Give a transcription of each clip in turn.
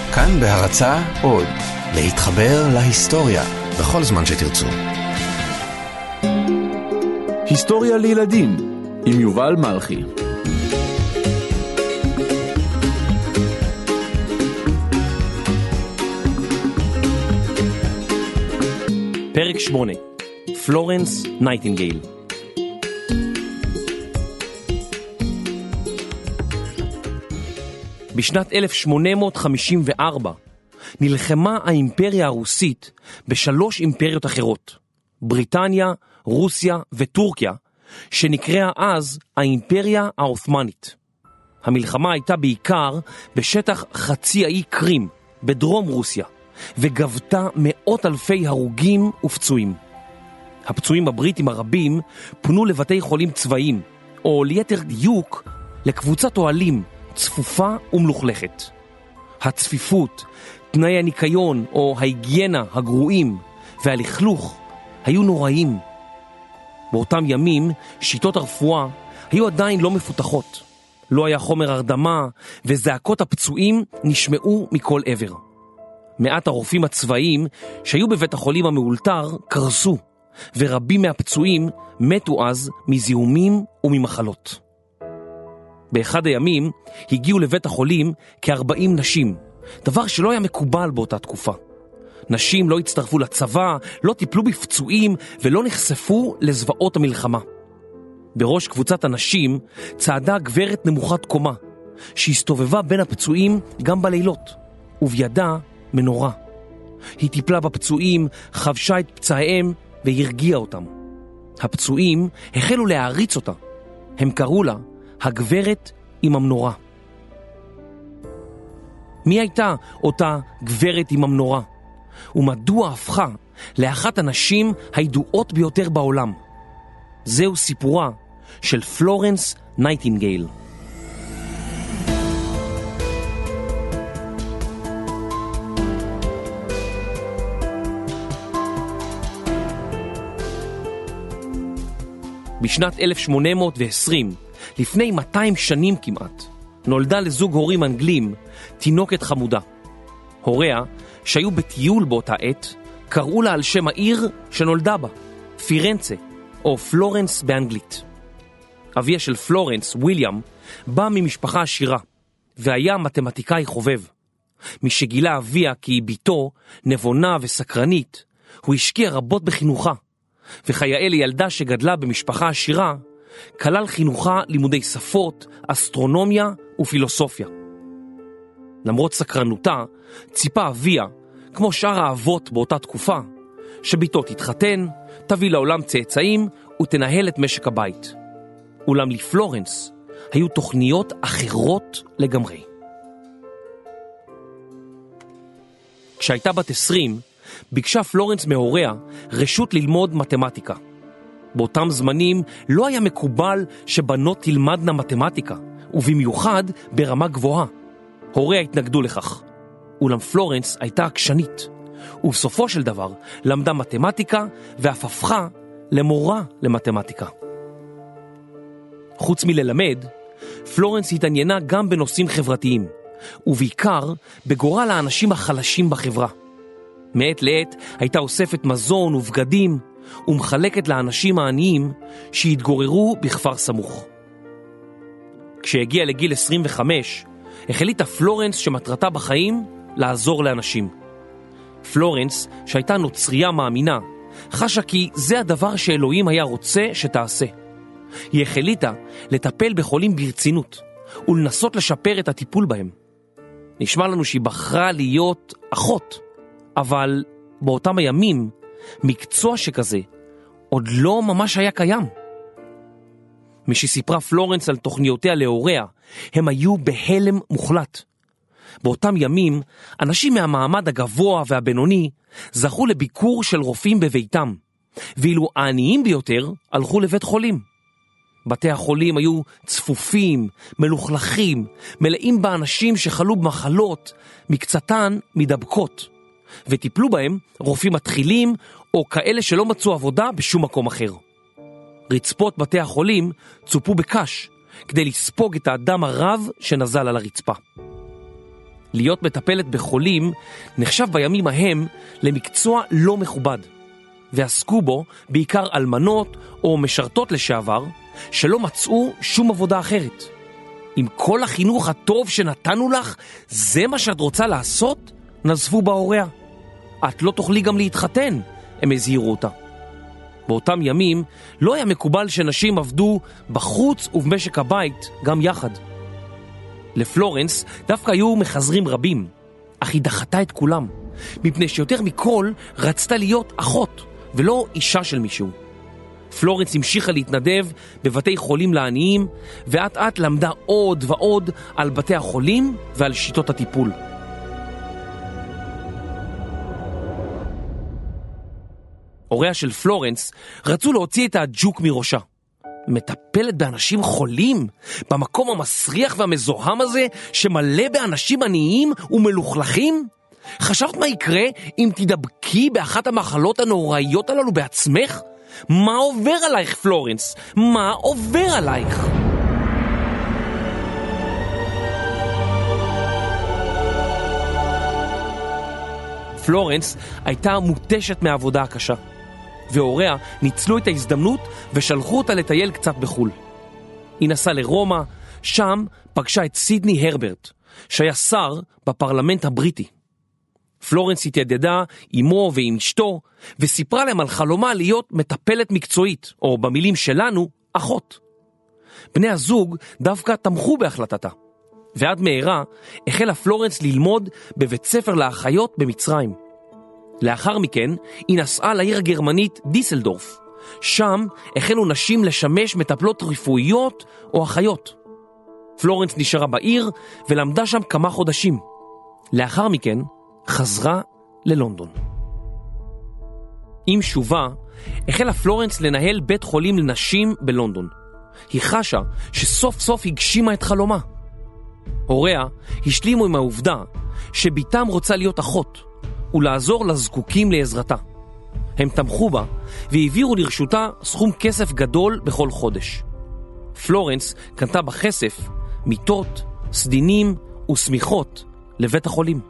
כאן בהרצאה עוד, להתחבר להיסטוריה בכל זמן שתרצו. היסטוריה לילדים עם יובל מלכי. פרק 8. פלורנס נייטינגייל. בשנת 1854 נלחמה האימפריה הרוסית בשלוש אימפריות אחרות, בריטניה, רוסיה וטורקיה, שנקראה אז האימפריה העות'מאנית. המלחמה הייתה בעיקר בשטח חצי האי קרים, בדרום רוסיה, וגבתה מאות אלפי הרוגים ופצועים. הפצועים הבריטים הרבים פונו לבתי חולים צבאיים, או ליתר דיוק, לקבוצת אוהלים צפופה ומלוכלכת. הצפיפות, תנאי הניקיון או ההיגיינה הגרועים והלכלוך היו נוראים. באותם ימים שיטות הרפואה היו עדיין לא מפותחות. לא היה חומר הרדמה וזעקות הפצועים נשמעו מכל עבר. מעט הרופאים הצבאיים שהיו בבית החולים המאולתר קרסו, ורבים מהפצועים מתו אז מזיהומים וממחלות. באחד הימים הגיעו לבית החולים כ-40 נשים, דבר שלא היה מקובל באותה תקופה. נשים לא הצטרפו לצבא, לא טיפלו בפצועים ולא נחשפו לזוועות המלחמה. בראש קבוצת הנשים צעדה גברת נמוכת קומה, שהסתובבה בין הפצועים גם בלילות, ובידה מנורה. היא טיפלה בפצועים, חבשה את פצעיהם והרגיעה אותם. הפצועים החלו להעריץ אותה. הם קראו לה הגברת עם המנורה. מי הייתה אותה גברת עם המנורה? ומדוע הפכה לאחת הנשים הידועות ביותר בעולם? זהו סיפורה של פלורנס נייטינגייל. בשנת 1820, לפני 200 שנים כמעט, נולדה לזוג הורים אנגלים תינוקת חמודה. הוריה, שהיו בטיול באותה עת, קראו לה על שם העיר שנולדה בה, פירנצה, או פלורנס באנגלית. אביה של פלורנס, וויליאם, בא ממשפחה עשירה, והיה מתמטיקאי חובב. משגילה אביה כי היא ביתו, נבונה וסקרנית, הוא השקיע רבות בחינוכה, וכיאה לילדה שגדלה במשפחה עשירה, כלל חינוכה לימודי שפות, אסטרונומיה ופילוסופיה. למרות סקרנותה, ציפה אביה, כמו שאר האבות באותה תקופה, שביתו תתחתן, תביא לעולם צאצאים ותנהל את משק הבית. אולם לפלורנס היו תוכניות אחרות לגמרי. כשהייתה בת 20, ביקשה פלורנס מהוריה רשות ללמוד מתמטיקה. באותם זמנים לא היה מקובל שבנות תלמדנה מתמטיקה, ובמיוחד ברמה גבוהה. הוריה התנגדו לכך. אולם פלורנס הייתה עקשנית, ובסופו של דבר למדה מתמטיקה ואף הפכה למורה למתמטיקה. חוץ מללמד, פלורנס התעניינה גם בנושאים חברתיים, ובעיקר בגורל האנשים החלשים בחברה. מעת לעת הייתה אוספת מזון ובגדים, ומחלקת לאנשים העניים שהתגוררו בכפר סמוך. כשהגיעה לגיל 25, החליטה פלורנס שמטרתה בחיים לעזור לאנשים. פלורנס, שהייתה נוצריה מאמינה, חשה כי זה הדבר שאלוהים היה רוצה שתעשה. היא החליטה לטפל בחולים ברצינות, ולנסות לשפר את הטיפול בהם. נשמע לנו שהיא בחרה להיות אחות, אבל באותם הימים, מקצוע שכזה עוד לא ממש היה קיים. משסיפרה פלורנס על תוכניותיה להוריה, הם היו בהלם מוחלט. באותם ימים, אנשים מהמעמד הגבוה והבינוני זכו לביקור של רופאים בביתם, ואילו העניים ביותר הלכו לבית חולים. בתי החולים היו צפופים, מלוכלכים, מלאים באנשים שחלו במחלות, מקצתן מדבקות, וטיפלו בהם רופאים מתחילים או כאלה שלא מצאו עבודה בשום מקום אחר. רצפות בתי החולים צופו בקש כדי לספוג את האדם הרב שנזל על הרצפה. להיות מטפלת בחולים נחשב בימים ההם למקצוע לא מכובד, ועסקו בו בעיקר אלמנות או משרתות לשעבר שלא מצאו שום עבודה אחרת. עם כל החינוך הטוב שנתנו לך, זה מה שאת רוצה לעשות? נזפו בהוריה. את לא תוכלי גם להתחתן, הם הזהירו אותה. באותם ימים לא היה מקובל שנשים עבדו בחוץ ובמשק הבית גם יחד. לפלורנס דווקא היו מחזרים רבים, אך היא דחתה את כולם, מפני שיותר מכל רצתה להיות אחות ולא אישה של מישהו. פלורנס המשיכה להתנדב בבתי חולים לעניים, ואת את למדה עוד ועוד על בתי החולים ועל שיטות הטיפול. הוריה של פלורנס רצו להוציא את הג'וק מראשה. מטפלת באנשים חולים? במקום המסריח והמזוהם הזה שמלא באנשים עניים ומלוכלכים? חשבת מה יקרה אם תדבקי באחת המחלות הנוראיות הללו בעצמך? מה עובר עלייך, פלורנס? מה עובר עלייך? פלורנס הייתה מותשת מהעבודה הקשה, והוריה ניצלו את ההזדמנות ושלחו אותה לטייל קצת בחול. היא נסעה לרומא, שם פגשה את סידני הרברט, שהיה שר בפרלמנט הבריטי. פלורנס התיידדה עמו ועם אשתו, וסיפרה להם על חלומה להיות מטפלת מקצועית, או במילים שלנו, אחות. בני הזוג דווקא תמכו בהחלטתה, ועד מהרה החלה פלורנס ללמוד בבית ספר לאחיות במצרים. לאחר מכן היא נסעה לעיר הגרמנית דיסלדורף. שם החלו נשים לשמש מטפלות רפואיות או אחיות. פלורנס נשארה בעיר ולמדה שם כמה חודשים. לאחר מכן חזרה ללונדון. עם שובה החלה פלורנס לנהל בית חולים לנשים בלונדון. היא חשה שסוף סוף הגשימה את חלומה. הוריה השלימו עם העובדה שביתם רוצה להיות אחות ולעזור לזקוקים לעזרתה. הם תמכו בה והעבירו לרשותה סכום כסף גדול בכל חודש. פלורנס קנתה בכסף מיטות, סדינים וסמיכות לבית החולים.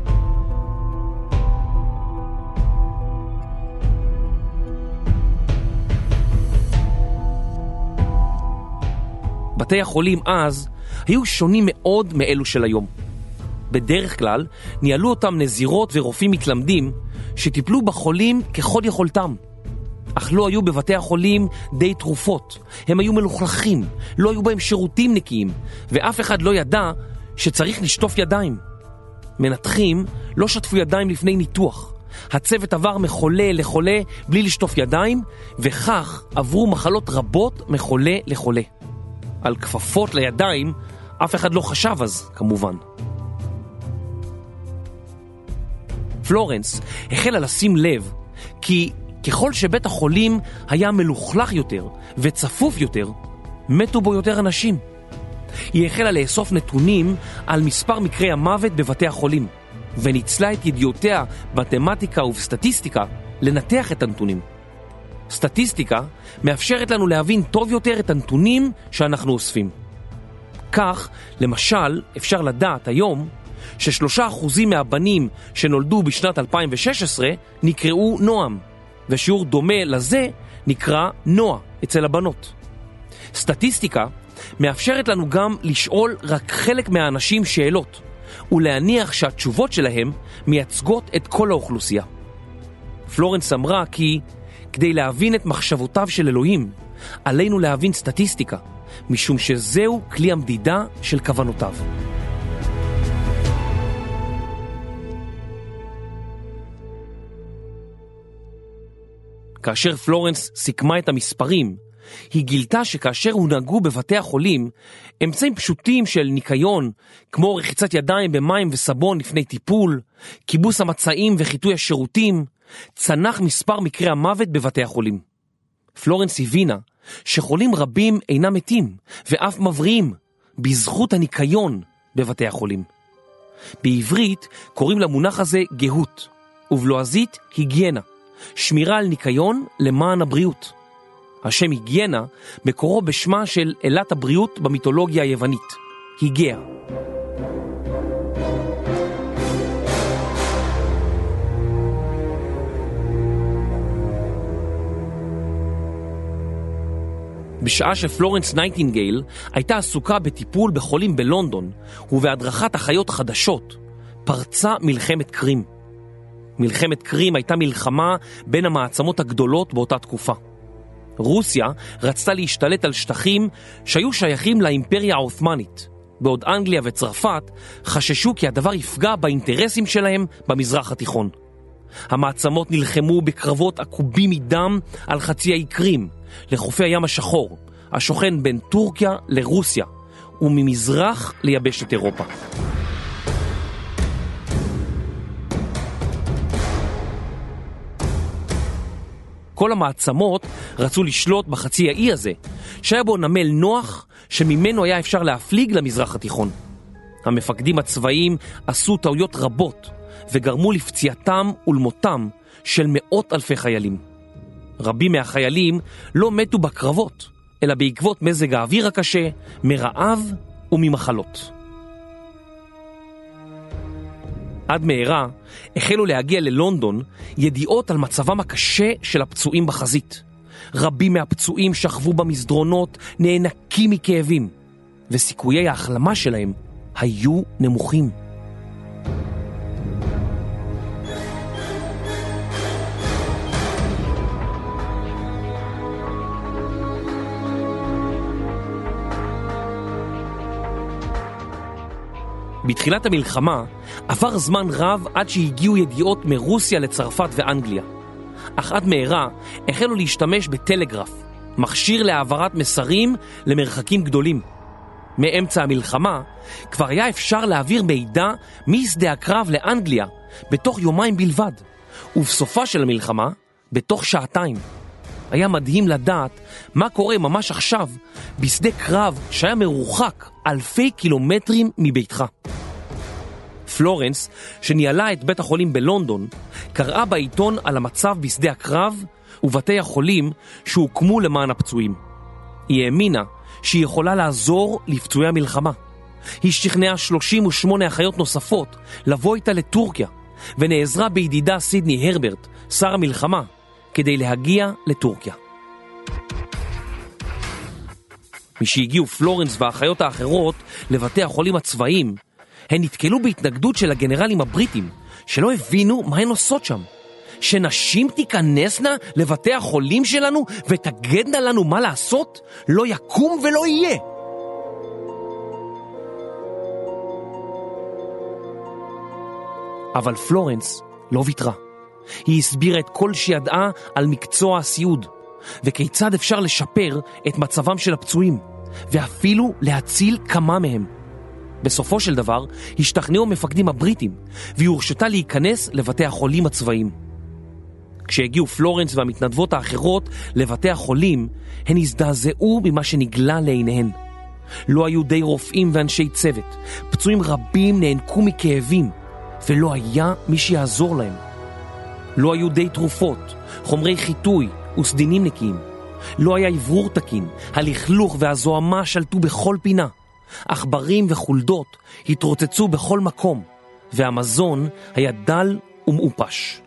בתי החולים אז היו שונים מאוד מאלו של היום. בדרך כלל ניהלו אותם נזירות ורופאים מתלמדים שטיפלו בחולים ככל יכולתם. אך לא היו בבתי החולים די תרופות. הם היו מלוכלכים, לא היו בהם שירותים נקיים, ואף אחד לא ידע שצריך לשטוף ידיים. מנתחים לא שטפו ידיים לפני ניתוח. הצוות עבר מחולה לחולה בלי לשטוף ידיים, וכך עברו מחלות רבות מחולה לחולה. על כפפות לידיים אף אחד לא חשב אז, כמובן. פלורנס החלה לשים לב כי ככל שבית החולים היה מלוכלך יותר וצפוף יותר, מתו בו יותר אנשים. היא החלה לאסוף נתונים על מספר מקרי המוות בבתי החולים, וניצלה את ידיעותיה במתמטיקה ובסטטיסטיקה לנתח את הנתונים. סטטיסטיקה מאפשרת לנו להבין טוב יותר את הנתונים שאנחנו אוספים. כך, למשל, אפשר לדעת היום ש3% מהבנים שנולדו בשנת 2016 נקראו נועם, ושיעור דומה לזה נקרא נועה אצל הבנות. סטטיסטיקה מאפשרת לנו גם לשאול רק חלק מהאנשים שאלות, ולהניח שהתשובות שלהם מייצגות את כל האוכלוסייה. פלורנס אמרה כי כדי להבין את מחשבותיו של אלוהים, עלינו להבין סטטיסטיקה, משום שזהו כלי המדידה של כוונותיו. כאשר פלורנס סיכמה את המספרים, היא גילתה שכאשר הונהגו בבתי החולים אמצעים פשוטים של ניקיון, כמו רחיצת ידיים במים וסבון לפני טיפול, כיבוס המצעים וחיטוי השירותים, צנח מספר מקרי המוות בבתי החולים. פלורנס הבינה שחולים רבים אינם מתים ואף מבריאים בזכות הניקיון בבתי החולים. בעברית קוראים למונח הזה גהות, ובלועזית היגיינה, שמירה על ניקיון למען הבריאות. השם היגיינה מקורו בשמה של אלת הבריאות במיתולוגיה היוונית, היגיה. בשעה שפלורנס נייטינגייל הייתה עסוקה בטיפול בחולים בלונדון ובהדרכת אחיות חדשות, פרצה מלחמת קרים. מלחמת קרים הייתה מלחמה בין המעצמות הגדולות באותה תקופה. רוסיה רצתה להשתלט על שטחים שהיו שייכים לאימפריה העות'מאנית, בעוד אנגליה וצרפת חששו כי הדבר יפגע באינטרסים שלהם במזרח התיכון. המעצמות נלחמו בקרבות עקובים מדם על חצי האי קרים, לחופי הים השחור, השוכן בין טורקיה לרוסיה, וממזרח ליבשת אירופה. כל המעצמות רצו לשלוט בחצי האי הזה, שהיה בו נמל נוח שממנו היה אפשר להפליג למזרח התיכון. המפקדים הצבאיים עשו טעויות רבות וגרמו לפציעתם ולמותם של מאות אלפי חיילים. רבים מהחיילים לא מתו בקרבות, אלא בעקבות מזג האוויר הקשה, מרעב וממחלות. עד מהרה החלו להגיע ללונדון ידיעות על מצבם הקשה של הפצועים בחזית. רבים מהפצועים שכבו במסדרונות נאנקים מכאבים, וסיכויי ההחלמה שלהם היו נמוכים. בתחילת המלחמה עבר זמן רב עד שהגיעו ידיעות מרוסיה לצרפת ואנגליה. אך עד מהרה החלו להשתמש בטלגרף, מכשיר להעברת מסרים למרחקים גדולים. מאמצע המלחמה כבר היה אפשר להעביר מידע משדה הקרב לאנגליה בתוך יומיים בלבד, ובסופה של המלחמה בתוך שעתיים. היה מדהים לדעת מה קורה ממש עכשיו בשדה קרב שהיה מרוחק אלפי קילומטרים מביתך. פלורנס, שניהלה את בית החולים בלונדון, קראה בעיתון על המצב בשדה הקרב ובתי החולים שהוקמו למען הפצועים. היא האמינה שהיא יכולה לעזור לפצועי המלחמה. היא שכנעה 38 אחיות נוספות לבוא איתה לטורקיה, ונעזרה בידידה סידני הרברט, שר המלחמה, כדי להגיע לטורקיה. משהגיעו פלורנס והאחיות האחרות לבתי החולים הצבאיים, הן נתקלו בהתנגדות של הגנרלים הבריטים, שלא הבינו מה הן עושות שם. שנשים תיכנסנה לבתי החולים שלנו ותגדנה לנו מה לעשות? לא יקום ולא יהיה. אבל פלורנס לא ויתרה. היא הסבירה את כל שידעה על מקצוע הסיעוד, וכיצד אפשר לשפר את מצבם של הפצועים, ואפילו להציל כמה מהם. בסופו של דבר השתכנעו המפקדים הבריטים, והיא הורשתה להיכנס לבתי החולים הצבאיים. כשהגיעו פלורנס והמתנדבות האחרות לבתי החולים, הן הזדעזעו ממה שנגלה לעיניהן. לא היו די רופאים ואנשי צוות, פצועים רבים נאנקו מכאבים, ולא היה מי שיעזור להם. לא היו די תרופות, חומרי חיטוי וסדינים נקיים. לא היה עברור תקין, הלכלוך והזוהמה שלטו בכל פינה. עכברים וחולדות התרוצצו בכל מקום, והמזון היה דל ומעופש.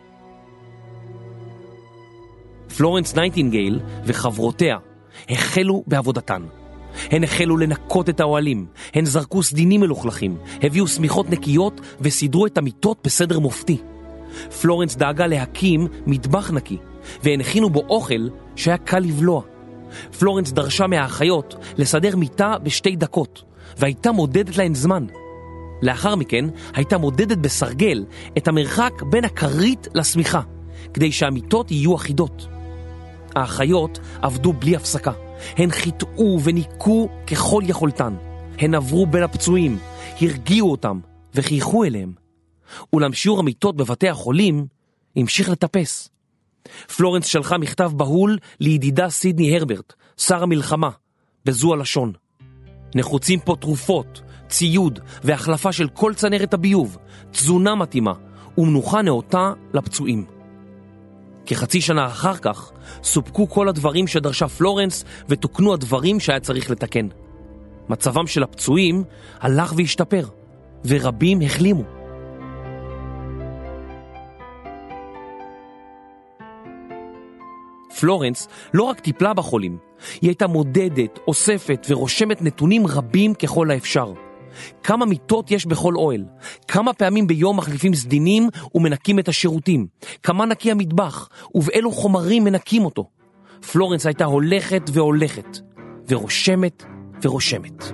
פלורנס נייטינגייל וחברותיה החלו בעבודתן. הן החלו לנקות את האוהלים, הן זרקו סדינים מלוכלכים, הביאו סמיכות נקיות וסידרו את המיטות בסדר מופתי. פלורנס דאגה להקים מטבח נקי, והן הכינו בו אוכל שהיה קל לבלוע. פלורנס דרשה מהאחיות לסדר מיטה ב2 דקות, והייתה מודדת להן זמן. לאחר מכן הייתה מודדת בסרגל את המרחק בין הכרית לסמיכה, כדי שהמיטות יהיו אחידות. האחיות עבדו בלי הפסקה. הן חיטאו וניקו ככל יכולתן. הן עברו בין הפצועים, הרגיעו אותם וחייכו אליהם. אולם שיעור המיטות בבתי החולים המשיך לטפס. פלורנס שלחה מכתב בהול לידידה סידני הרברט, שר המלחמה, בזו הלשון: נחוצים פה תרופות, ציוד והחלפה של כל צנרת הביוב, תזונה מתאימה ומנוחה נאותה לפצועים. כחצי שנה אחר כך סופקו כל הדברים שדרשה פלורנס ותוקנו הדברים שהיה צריך לתקן. מצבם של הפצועים הלך והשתפר, ורבים החלימו. פלורנס לא רק טיפלה בחולים, היא הייתה מודדת, אוספת ורושמת נתונים רבים ככל האפשר. כמה מיטות יש בכל אוהל, כמה פעמים ביום מחליפים סדינים ומנקים את השירותים, כמה נקי המטבח ובאילו חומרים מנקים אותו. פלורנס הייתה הולכת והולכת, ורושמת ורושמת.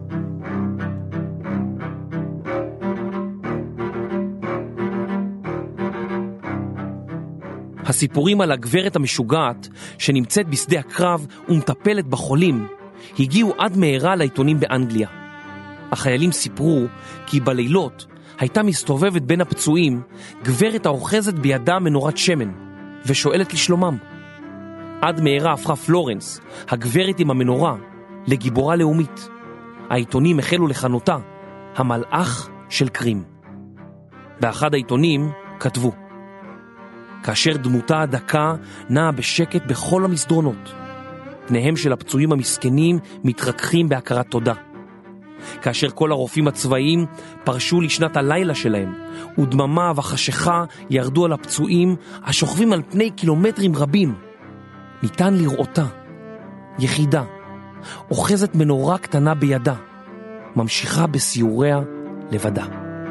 הסיפורים על הגברת המשוגעת שנמצאת בשדה הקרב ומטפלת בחולים הגיעו עד מהרה לעיתונים באנגליה. החיילים סיפרו כי בלילות הייתה מסתובבת בין הפצועים גברת האוחזת בידה מנורת שמן ושואלת לשלומם. עד מהרה הפכה פלורנס, הגברת עם המנורה, לגיבורה לאומית. העיתונים החלו לכנותה המלאך של קרים. באחד העיתונים כתבו: כאשר דמותה הדקה נעה בשקט בכל המסדרונות, פניהם של הפצועים המסכנים מתרככים בהכרת תודה. כאשר כל הרופאים הצבאיים פרשו לשנת הלילה שלהם, ודממה וחשיכה ירדו על הפצועים השוכבים על פני קילומטרים רבים, ניתן לראותה, יחידה, אוחזת מנורה קטנה בידה, ממשיכה בסיוריה לבדה.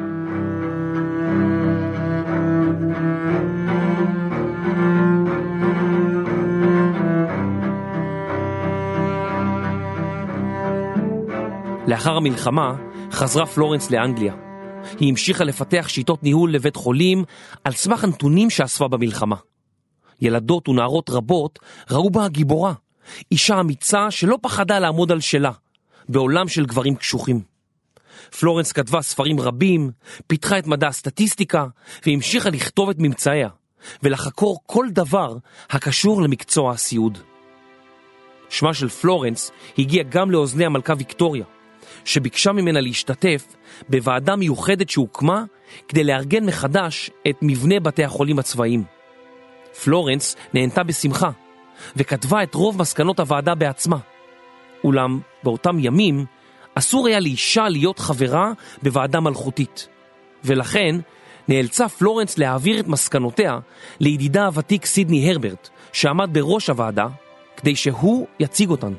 לאחר המלחמה חזרה פלורנס לאנגליה. היא המשיכה לפתח שיטות ניהול לבית חולים על סמך הנתונים שאספה במלחמה. ילדות ונערות רבות ראו בה גיבורה, אישה אמיצה שלא פחדה לעמוד על שלה, בעולם של גברים קשוחים. פלורנס כתבה ספרים רבים, פיתחה את מדע הסטטיסטיקה, והמשיכה לכתוב את ממצאיה, ולחקור כל דבר הקשור למקצוע הסיעוד. שמה של פלורנס הגיע גם לאוזני המלכה ויקטוריה, שביקשה ממנה להשתתף בוועדה מיוחדת שהוקמה כדי לארגן מחדש את מבנה בתי החולים הצבאיים. פלורנס נהנתה בשמחה, וכתבה את רוב מסקנות הוועדה בעצמה. אולם באותם ימים אסור היה לאישה להיות חברה בוועדה מלכותית, ולכן נאלצה פלורנס להעביר את מסקנותיה לידידה הוותיק סידני הרברט, שעמד בראש הוועדה, כדי שהוא יציג אותן.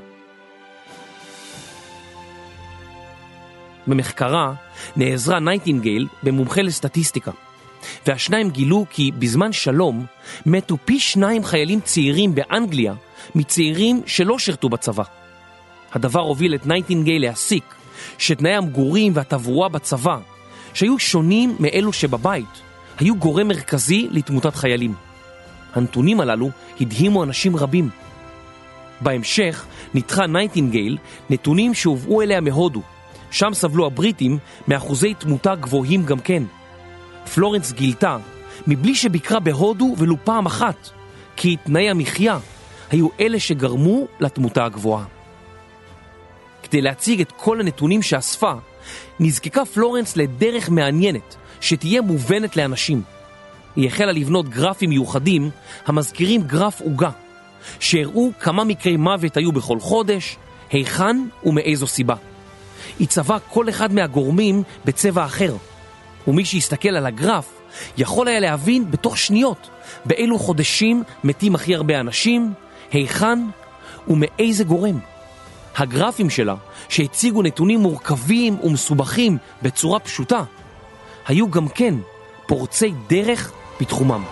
במחקרה נעזרה נייטינגייל במומחה לסטטיסטיקה, והשניים גילו כי בזמן שלום מתו פי 2 חיילים צעירים באנגליה מצעירים שלא שרתו בצבא. הדבר הוביל את נייטינגייל להסיק שתנאי המגורים והתברואה בצבא, שהיו שונים מאלו שבבית, היו גורם מרכזי לתמותת חיילים. הנתונים הללו הדהימו אנשים רבים. בהמשך ניתחה נייטינגייל נתונים שהובאו אליה מהודו, שם סבלו הבריטים מאחוזי תמותה גבוהים גם כן. פלורנס גילתה, מבלי שביקרה בהודו ולו פעם אחת, כי תנאי המחיה היו אלה שגרמו לתמותה הגבוהה. כדי להציג את כל הנתונים שאספה, נזקקה פלורנס לדרך מעניינת שתהיה מובנת לאנשים. היא החלה לבנות גרפים מיוחדים המזכירים גרף עוגה, שהראו כמה מקרי מוות היו בכל חודש, היכן ומאיזו סיבה. היא צבעה כל אחד מהגורמים בצבע אחר, ומי שיסתכל על הגרף יכול היה להבין בתוך שניות באילו חודשים מתים הכי הרבה אנשים, היכן ומאיזה גורם. הגרפים שלה, שהציגו נתונים מורכבים ומסובכים בצורה פשוטה, היו גם כן פורצי דרך בתחומם.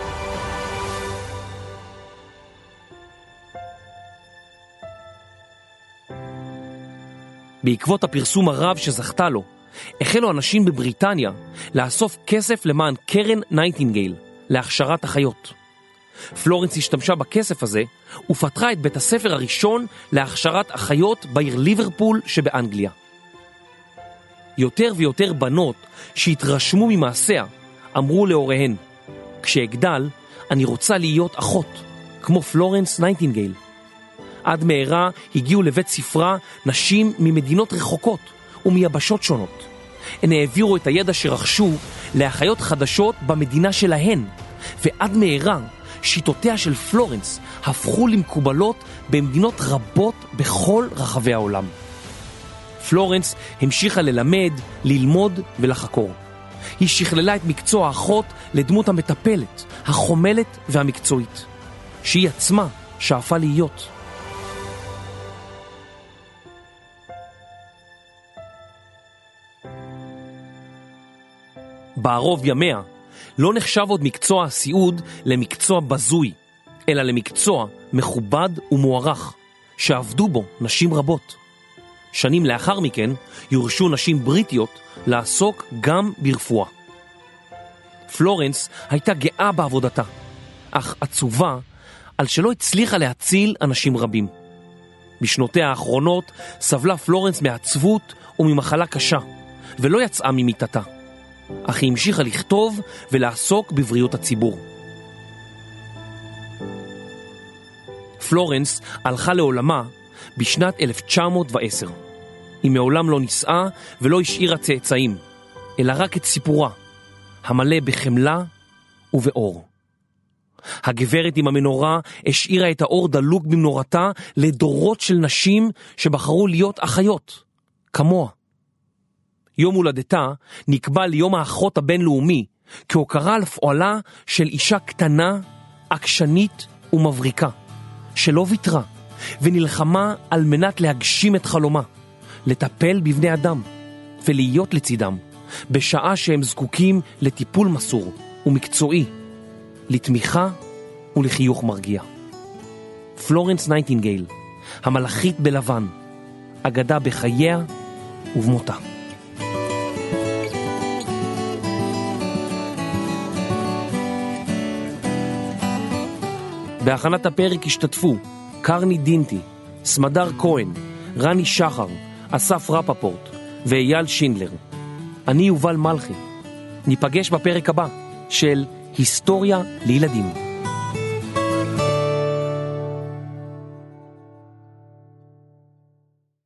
בעקבות הפרסום הרב שזכתה לו, החלו אנשים בבריטניה לאסוף כסף למען קרן נייטינגייל להכשרת אחיות. פלורנס השתמשה בכסף הזה ופתחה את בית הספר הראשון להכשרת אחיות בעיר ליברפול שבאנגליה. יותר ויותר בנות שהתרשמו ממעשיה אמרו להוריהן, כשאגדל אני רוצה להיות אחות, כמו פלורנס נייטינגייל. עד מהרה הגיעו לבית ספרה נשים ממדינות רחוקות ומיבשות שונות. הן העבירו את הידע שרכשו לאחיות חדשות במדינה שלהן, ועד מהרה שיטותיה של פלורנס הפכו למקובלות במדינות רבות בכל רחבי העולם. פלורנס המשיכה ללמד, ללמוד ולחקור. היא שכללה את מקצוע האחות לדמות המטפלת, החומלת והמקצועית, שהיא עצמה שאפה להיות. בערוב ימיה לא נחשב עוד מקצוע הסיעוד למקצוע בזוי, אלא למקצוע מכובד ומוערך, שעבדו בו נשים רבות. שנים לאחר מכן יורשו נשים בריטיות לעסוק גם ברפואה. פלורנס הייתה גאה בעבודתה, אך עצובה על שלא הצליחה להציל אנשים רבים. בשנותיה האחרונות סבלה פלורנס מעצבות וממחלה קשה, ולא יצאה ממיטתה, אך היא המשיכה לכתוב ולעסוק בבריאות הציבור. פלורנס הלכה לעולמה בשנת 1910. היא מעולם לא נישאה ולא השאירה צאצאים, אלא רק את סיפורה, המלא בחמלה ובאור. הגברת עם המנורה השאירה את האור דלוק במנורתה לדורות של נשים שבחרו להיות אחיות, כמוה. יום הולדתה נקבע ליום האחות הבינלאומי, כהוקרה על פועלה של אישה קטנה, עקשנית ומבריקה, שלא ויתרה ונלחמה על מנת להגשים את חלומה, לטפל בבני אדם ולהיות לצידם, בשעה שהם זקוקים לטיפול מסור ומקצועי, לתמיכה ולחיוך מרגיע. פלורנס נייטינגייל, המלאכית בלבן, אגדה בחייה ובמותה. בהכנת הפרק השתתפו קרני דינטי, סמדר כהן, רני שחר, אסף רפפורט ואייל שינדלר. אני יובל מלכי. ניפגש בפרק הבא של היסטוריה לילדים.